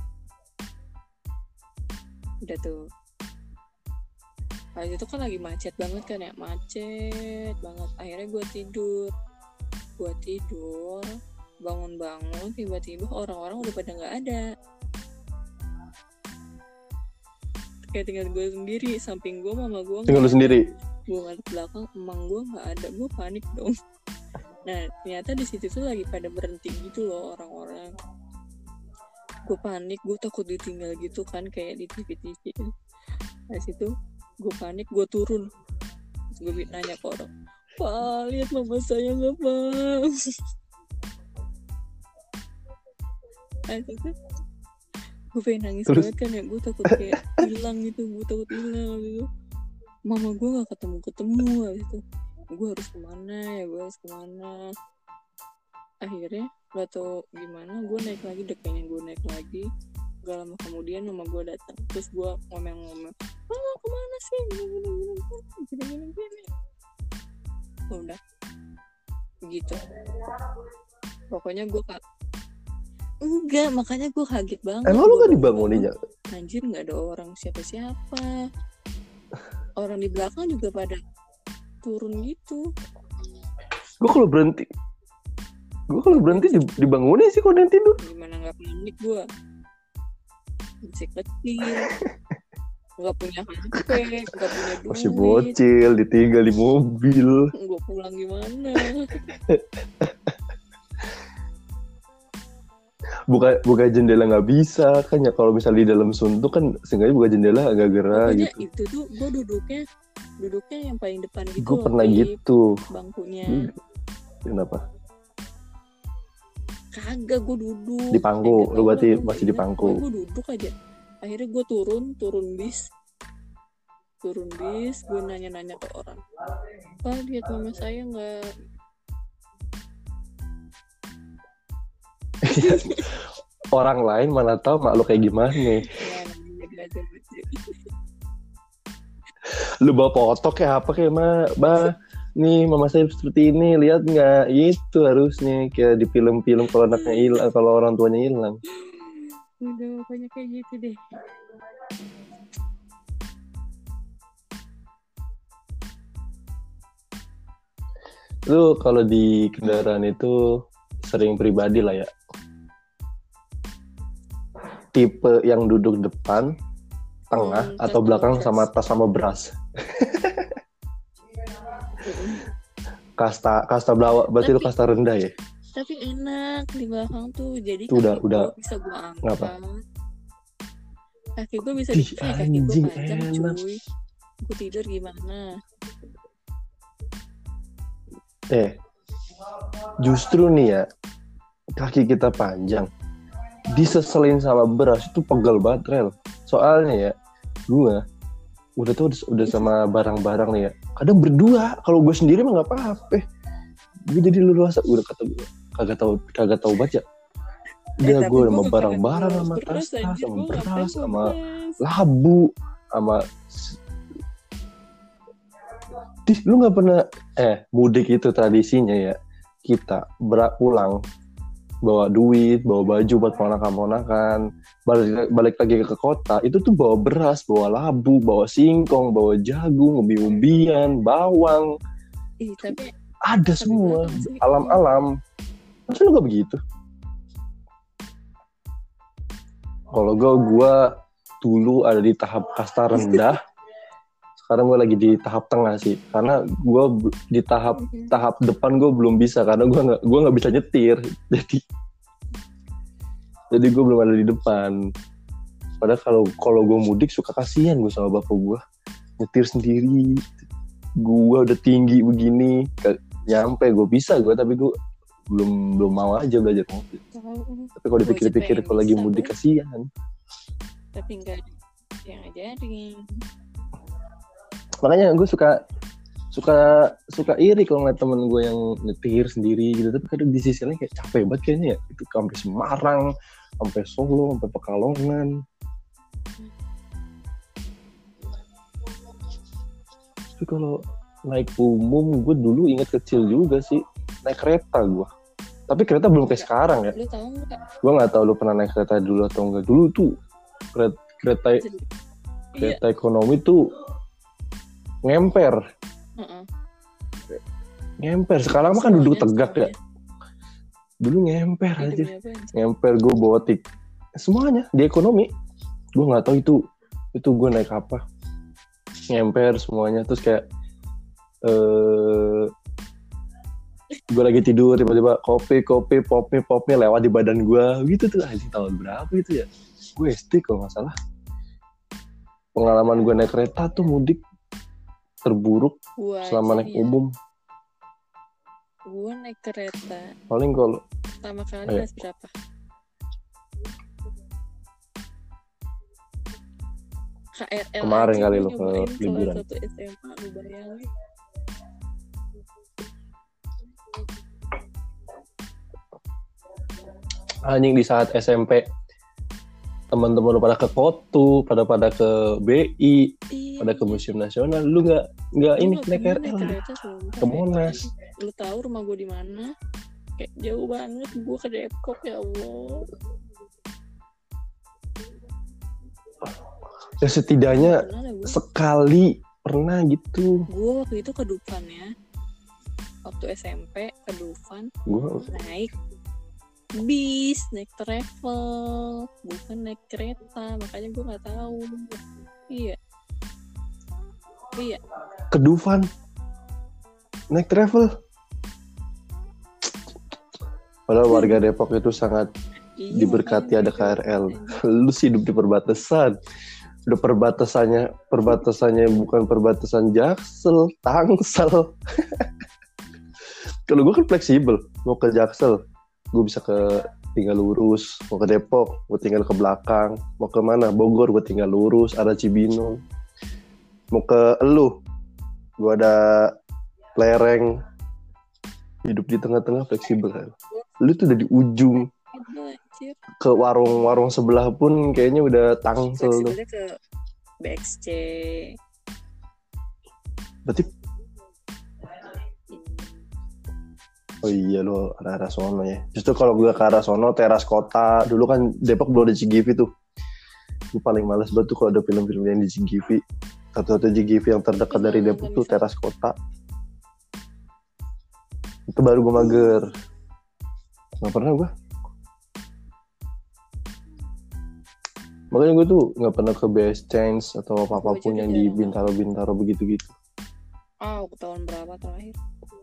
Udah tuh. Pas itu kan lagi macet banget kan ya, macet banget. Akhirnya gue tidur. Gue tidur, bangun-bangun, tiba-tiba orang-orang udah pada nggak ada. Kayak tinggal gue sendiri, samping gue mama gue. Tinggal lu sendiri. Gue ngeliat ke belakang, emang gue nggak ada. Gue panik dong. Nah ternyata di situ tuh lagi pada berhenti gitu loh orang-orang. Gue panik, gue takut ditinggal gitu kan kayak di T V-T V. Nah situ gue panik, gue turun. Terus gue nanya ke orang, Pak, lihat mama saya nggak, Pak? Nah situ gue pengen nangis Terus? banget kan ya, gue takut kayak hilang gitu, gue takut hilang gitu. Mama gue nggak ketemu-ketemu gitu. Gue harus kemana ya, gue harus kemana? Akhirnya gak tau gimana, gue naik lagi, deh kayaknya gue naik lagi. Gak lama kemudian mama gue datang, terus gue ngomel-ngomel, mama kemana sih? Gini gini gini gini gini. Udah, gitu. Pokoknya gue kak, enggak, makanya gue kaget banget. Emang lu Gua gak dibangunin ya? Anjir, nggak ada orang siapa-siapa. Orang di belakang juga pada turun gitu. Gue kalau berhenti, gue kalau berhenti dibangunin sih kalau nanti tidur. Gimana nggak panik gue? masih kecil, nggak punya H P, nggak punya duit, masih bocil, ditinggal di mobil. gue pulang gimana? buka buka jendela nggak bisa kan ya, kalau misalnya di dalam suntuk kan seenggaknya buka jendela agak gerah Pokoknya gitu. itu tuh gue duduknya duduknya yang paling depan gitu. Gue loh, pernah di gitu. bangkunya. Hmm. Kenapa? Kagak, gue duduk Di pangku, eh, lu berarti gue masih di pangku. gue duduk aja. Akhirnya gue turun turun bis turun bis gue nanya-nanya ke orang, Pak lihat mama saya nggak? Orang lain mana tahu mak lu kayak gimana. Ya, aja, lu bawa foto kayak apa kayak mah, bah nih mama saya seperti ini, lihat nggak? Itu harusnya kayak di film-film kalau anaknya hilang, kalau orang tuanya hilang. Udah pokoknya kayak gitu deh. Lu kalau di kendaraan itu sering pribadi lah ya, tipe yang duduk depan, tengah, hmm, atau belakang beras. Sama tas sama beras. kasta kasta bawah berarti tapi, lu kasta rendah ya. Tapi enak di belakang tuh, jadi tuh udah udah bisa gue angkat. Ngapa? Kaki gue bisa dipakai, kaki gue panjang cuy. Gue tidur gimana? Eh, justru nih ya, kaki kita panjang, diseselin sama beras itu pegel banget rel. Soalnya ya, gue udah tuh udah sama barang-barang nih ya. Kadang berdua, kalau gue sendiri mah nggak apa-apa. Gue jadi luasa, udah kata gue kagak tahu kagak tahu baca. Udah eh, gue sama barang-barang, sama tas-tas, sama beras, sama labu, sama Dih, lu nggak pernah eh mudik itu tradisinya ya, kita berak pulang bawa duit, bawa baju buat ponakan-ponakan, balik balik lagi ke kota itu tuh bawa beras, bawa labu, bawa singkong, bawa jagung, ubi-ubian, bawang. Ih, tapi ada tapi semua alam-alam. Masa lu gak begitu? Kalau gue gue dulu ada di tahap kasta rendah. Sekarang gue lagi di tahap tengah sih, karena gue di tahap mm-hmm. tahap depan gue belum bisa, karena gue nggak gue nggak bisa nyetir, jadi jadi gue belum ada di depan. Padahal kalau kalau gue mudik suka kasihan gue sama bapak gue, nyetir sendiri, gue udah tinggi begini, nyampe gue bisa gue, tapi gue belum belum mau aja belajar mobil. Oh, tapi kalau dipikir-pikir kalau lagi mudik kasihan. Tapi nggak yang ngajarin. Makanya gue suka suka suka iri kalau ngeliat temen gue yang nyetir sendiri gitu, tapi kadang di sisi lain kayak capek banget kayaknya ya, itu sampai Semarang, sampai Solo, sampai Pekalongan. Tapi kalau naik umum, gue dulu ingat kecil juga sih naik kereta gue, tapi kereta belum kayak sekarang ya. Lu tahu nggak? Gue nggak tahu lu pernah naik kereta dulu atau enggak. Dulu tuh kereta kereta, kereta ekonomi tuh ngemper, uh-uh. ngemper. Sekarang mah kan duduk tegak ya. Dulu ngemper ya, aja, ngemper. Gue bawa tik, semuanya di ekonomi. Gue nggak tahu itu itu gue naik apa, ngemper semuanya. Terus kayak, uh, gue lagi tidur tiba-tiba kopi kopi pop mie pop mie lewat di badan gue, gitu tuh. Anjing, tahun berapa gitu ya? Gue S D kalau nggak salah. Pengalaman gue naik kereta tuh mudik terburuk gua selama naik ya. Umum. Gue naik kereta paling kalau pertama kali kelas berapa? K R L kemarin kali lo ke liburan. Satu S M A, lu bayangin. Anjing, di saat S M P teman-teman lu pada ke Kotu, pada pada ke B I, iya, pada ke Museum Nasional, lu nggak nggak ini naik K R L ke Monas. Lu tahu rumah gue di mana? Kayak jauh banget, gue ke Depok, ya Allah. Ya setidaknya pernah sekali pernah gitu. Gue waktu itu ke Dufan ya, waktu S M P ke Dufan, gua naik bis, naik travel, bukan naik kereta. Makanya gue nggak tahu. Iya, iya. Ke Dufan naik travel. Padahal warga Depok itu sangat Iya, diberkati ada makanya K R L. gitu. Lu sih hidup di perbatasan. Udah perbatasannya, perbatasannya bukan perbatasan Jaksel, Tangsel. Kalau gue kan fleksibel, mau ke Jaksel, gue bisa ke tinggal lurus. Mau ke Depok, gue tinggal ke belakang. Mau ke mana? Bogor, gue tinggal lurus, arah Cibinong. Mau ke Elu, gue ada lereng. Hidup di tengah-tengah fleksibel kan. Lu tuh udah di ujung. Anjir. Ke warung-warung sebelah pun kayaknya udah Tangsel tuh. Fleksibelnya ke B X C. Berarti oh iya lo arah-arah sono ya. Justru kalau gue ke arah sono teras kota. Dulu kan Depok belum ada C G V tuh. Gue paling males banget tuh kalau ada film-film yang di C G V. Satu-satu C G V yang terdekat dari Depok tuh teras kota. Itu baru gue mager. Gak pernah gue. Makanya gue tuh gak pernah ke Best Change atau apapun yang di Bintaro-Bintaro begitu-gitu. Ah, oh, tahun berapa terakhir?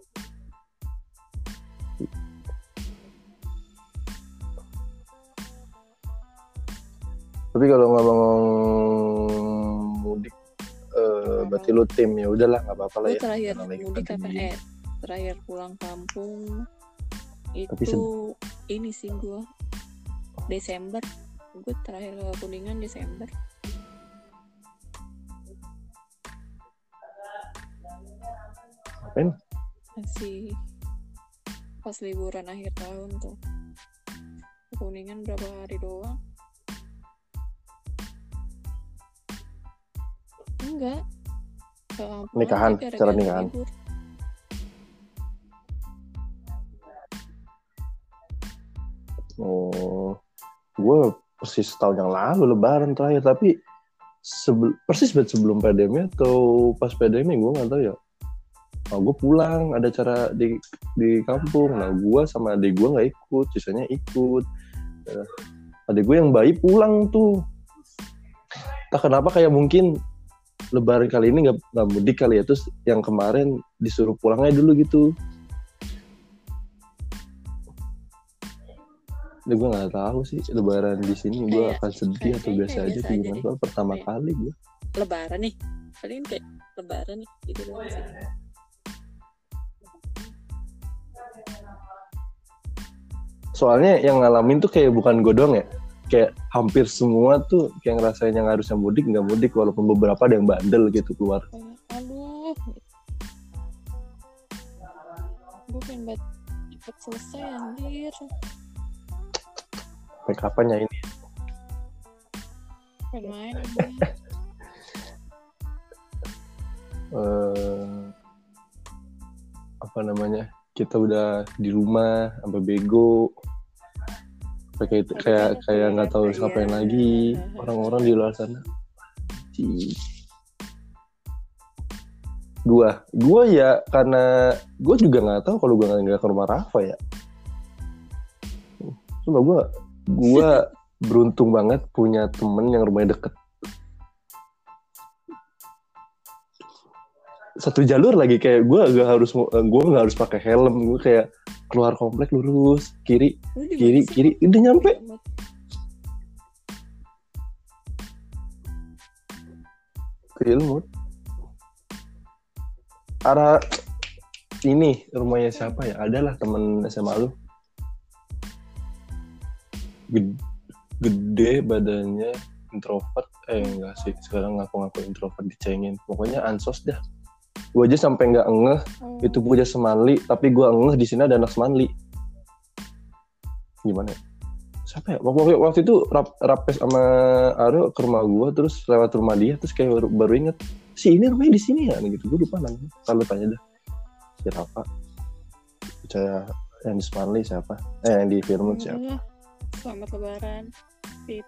Tapi kalau ngomong mudik, uh, berarti lu tim ya udahlah nggak apa-apa lah ya. Gue terakhir mudik kapan? Eh, terakhir pulang kampung itu sen- ini sih gue Desember. Gue terakhir ke Kuningan Desember. Ngapain? Masih pas liburan akhir tahun tuh. Ke Kuningan berapa hari doang? Enggak. Nikahan, cara nikahan. Libur. Oh, gue persis tahun yang lalu lebaran terakhir, tapi sebel, persis banget sebelum pandemi atau pas pandemi gue nggak tahu ya. Nah, gue pulang ada acara di di kampung, nah gue sama adik gue nggak ikut, sisanya ikut. Nah, adik gue yang bayi pulang tuh. Tak kenapa kayak mungkin lebaran kali ini nggak nggak mudik kali ya, terus yang kemarin disuruh pulangnya dulu gitu. Nah, gue nggak tahu sih lebaran di sini gue akan sedih atau biasa aja tuh gimana. Soal pertama kayak kali gue lebaran nih, paling kayak lebaran nih gitu doang sih. Soalnya yang ngalamin tuh kayak bukan gue doang ya, kayak hampir semua tuh kayak ngerasain yang harusnya mudik nggak mudik, walaupun beberapa ada yang bandel gitu keluar. Aduh, gue pengen banget cepet selesai anjir. Sampai kapan ya ini? Pengen main uh, apa namanya, kita udah di rumah sampai bego, kayak kayak kayak nggak tahu ngapain ya. Lagi orang-orang di luar sana. Gua, gua ya karena gua juga nggak tahu kalau gua nggak ke rumah Rafa ya. Cuma gua gua beruntung banget punya temen yang rumahnya deket. Satu jalur lagi, kayak gue gak harus gue nggak harus pakai helm, gue kayak keluar komplek lurus kiri kiri kiri udah nyampe. Ke Ilmut arah ini rumahnya siapa ya, adalah temen S M A lu, gede, gede badannya, introvert, eh enggak sih sekarang ngaku-ngaku introvert, dicengin pokoknya ansos dah. Gue aja sampai nggak ngeh hmm. itu punya Semanli, tapi gue ngeh di sini ada anak Semanli. Gimana? Siapa ya? Waktu, waktu itu rap, rapes sama Aryo ke rumah gue, terus lewat rumah dia, terus kayak baru, baru inget, si ini rumahnya di sini ya, gitu. Gue lupa namanya. Kalau tanya dah, siapa? Percaya yang di Semanli siapa? Eh yang di Firmut hmm. siapa? Selamat Lebaran, Pip.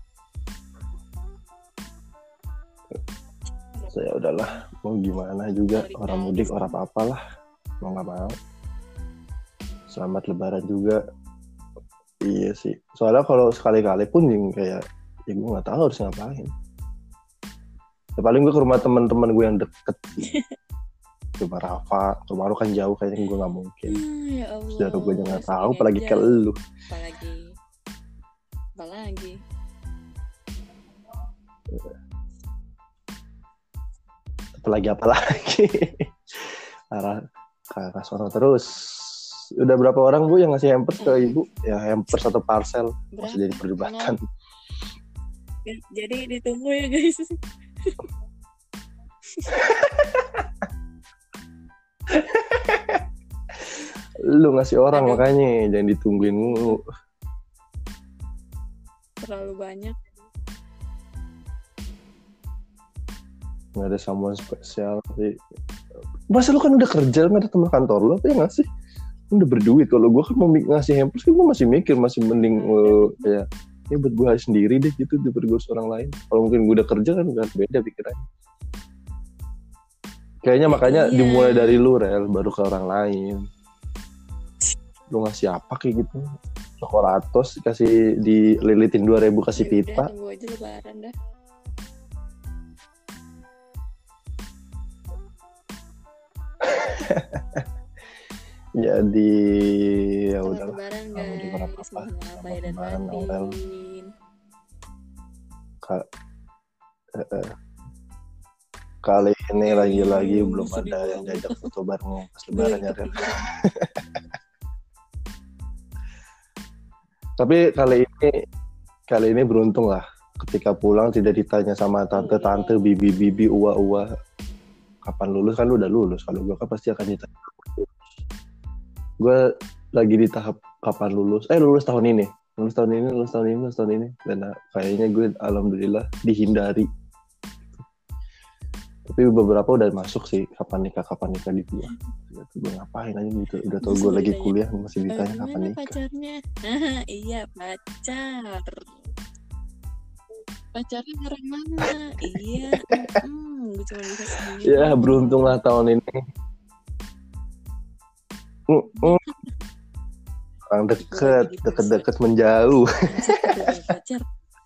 Ya udahlah, mau gimana juga, Sorry, orang mudik orang apa-apalah, mau nggak mau. Selamat Lebaran juga. Iya sih. Soalnya kalau sekali-kali pun yang kayak ya gue nggak tahu harus ngapain. Ya, paling gue ke rumah teman-teman gue yang deket sih. Ke rumah Rafa, ke rumah lu kan jauh kayaknya gue nggak mungkin. Hmm, ya Allah. Saudara gue nggak tahu, Sebenarnya apalagi ke jauh. lu. Apalagi, apalagi. Apalagi apalagi. Arah ke arah sono terus. Udah berapa orang Bu yang ngasih hampers ke Ibu? Ya hampers atau parcel masih jadi perdebatan. Ya, jadi ditunggu ya guys. Lu ngasih orang Aduh. Makanya jangan ditungguin mulu. Terlalu banyak. Nggak ada someone spesial sih. Masa lu kan udah kerja, nggak ada teman kantor lu apa ya nggak sih? Lu udah berduit. Kalau gue kan mau ngasih hampers kan gue masih mikir, masih mending uh, kayak ya buat gue sendiri deh gitu daripada gue orang lain. Kalau mungkin gue udah kerja kan udah beda pikirannya. Kayaknya makanya Iya. dimulai dari lu Rel, baru ke orang lain. Lu ngasih apa kayak gitu? Cokoratos kasih dililitin dua ribu kasih Ya pita. udah, tunggu aja lebaran dah. Jadi ya Selamat udah lebaran nggak mau dengar guys. apa-apa. Mohon maaf Selamat lahir dan lebaran, Aurel. batin. Ka- eh, eh. Kali ini lagi-lagi Aduh, belum sedih ada yang banget. diajak foto bareng pas Gue lebaran lagi ya Rel. kepikiran. Tapi kali ini kali ini beruntung lah. Ketika pulang tidak ditanya sama tante-tante, bibi-bibi, uwa-uwa kapan lulus, kan lu udah lulus. Kalau gue kan pasti akan ditanya. Gue lagi di tahap kapan lulus. Eh lulus tahun ini. Lulus tahun ini, lulus tahun ini, lulus tahun ini. Dan uh, kayaknya gue alhamdulillah dihindari. Tapi beberapa udah masuk sih. Kapan nikah, kapan nikah di gue. Gue ngapain aja gitu. Udah tau gue lagi kuliah masih ditanya Eh, kapan gimana nikah. pacarnya? Iya pacar. Pacarnya orang mana? Iya. Hmm, gue cuma bisa sendiri. Ya beruntung lah tahun ini. Mm, mm. Orang deket, deket-deket menjauh. Anjir, udah punya pacar.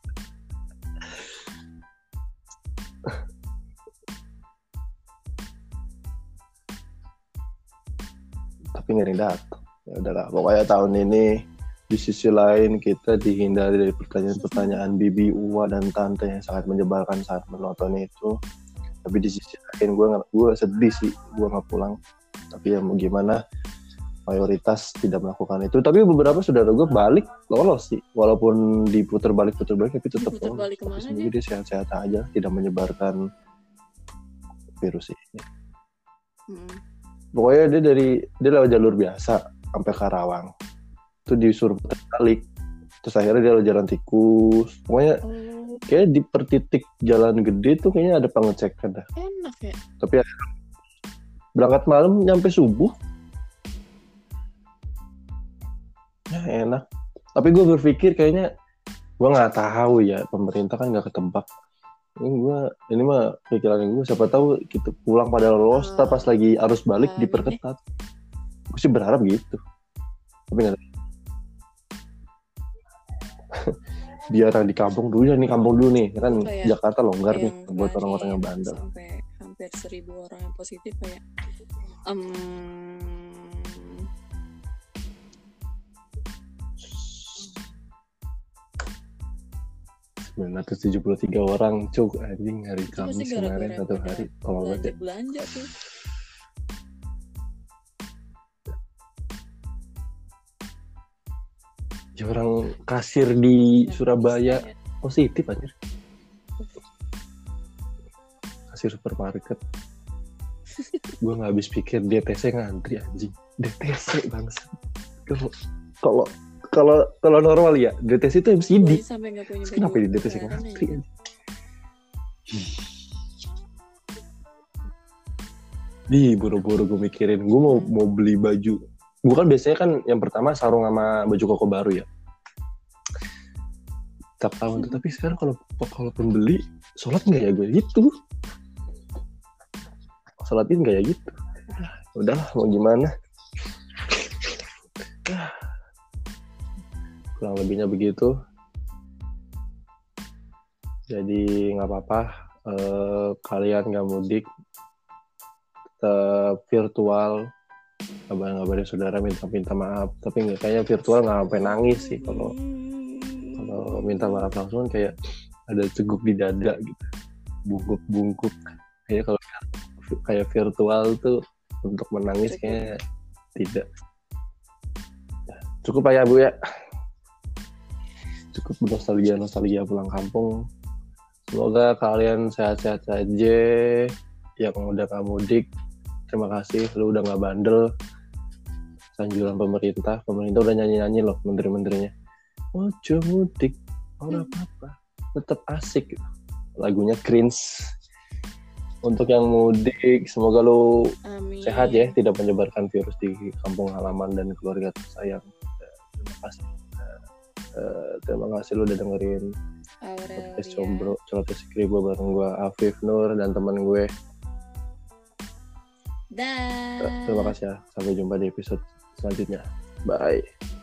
Tapi nggak ada yang datang. Ya udahlah, pokoknya tahun ini di sisi lain kita dihindari dari pertanyaan-pertanyaan bibi, uwa, dan tante yang sangat menyebalkan saat menonton itu. Tapi di sisi lain gue gue sedih sih gue nggak pulang. Tapi ya mau gimana, mayoritas tidak melakukan itu. Tapi beberapa saudara gue balik lolos sih, walaupun diputar balik putar balik tapi tetap Diputar lolos. balik kemana Tapi semoga dia sehat-sehat aja, tidak menyebarkan virus ini. Hmm. Pokoknya dia dari dia lewat jalur biasa sampai Karawang. Itu disuruh putar balik. Terus akhirnya dia lewat jalan tikus. Pokoknya Oh, kayak di per titik jalan gede tuh kayaknya ada pengecekan dah. enak ya. Tapi berangkat malam nyampe subuh. Ya enak. Tapi gue berpikir kayaknya gue nggak tahu ya, pemerintah kan nggak ketebak. Ini gue ini mah pikiran gue, siapa tahu kita pulang pada lolos, Ah, pas lagi arus balik ah, diperketat. Gue sih berharap gitu. Tapi nggak. Biar yang di kampung dulu ya, nih kampung dulu nih, kan Kayak Jakarta longgar nih yang buat kemarin orang-orang yang bandel. sampai hampir seribu orang yang positif kayak um, sembilan ratus tujuh puluh tiga orang, cuk, anjing, hari itu pasti Kamis kemarin gara-gara satu pada hari. Kalau nggak belanja belanja tuh. ya orang kasir di Surabaya positif anjir. Kasir supermarket. Gue nggak habis pikir D T C ngantri anjing. D T C bangsa. Kalau kalau kalau kalau normal ya D T C itu M C D. Gue sampai nggak punya Terus baju kenapa di D T C lebaran ngantri aja. anjing? Di buru-buru gue mikirin, gue mau mau beli baju. Gue kan biasanya kan yang pertama sarung sama baju koko baru ya. Tiap tahun tuh, tapi sekarang kalau kalaupun beli, sholat nggak ya gue gitu. Sholatin nggak ya gitu. Udahlah mau gimana. kurang lebihnya begitu. Jadi nggak apa-apa, eh, kalian nggak mudik, tetap virtual, kabar-kabarin saudara, minta-minta maaf. Tapi nggak, kayaknya virtual nggak sampai nangis sih. Kalau kalau minta maaf langsung kayak ada ceguk di dada gitu, bungkuk-bungkuk. Kayaknya kalau kayak virtual tuh untuk menangis kayaknya tidak. Cukup lah ya Bu ya. Cukup nostalgia nostalgia pulang kampung. Semoga kalian sehat-sehat saja. Yang udah nggak mudik, terima kasih. Lu udah nggak bandel. Anjuran pemerintah, pemerintah udah nyanyi-nyanyi loh, menteri-menterinya. Ojo mudik, ora apa-apa, tetap asik. Lagunya cringe. Untuk yang mudik, semoga lu Amin. sehat ya, tidak menyebarkan virus di kampung halaman dan keluarga tersayang. Terima kasih. Uh, terima kasih lu udah dengerin podcast Combro, Celoteh Skribo bareng gue Afif Nur dan teman gue. Dah. Terima kasih ya. Sampai jumpa di episode selanjutnya. Bye.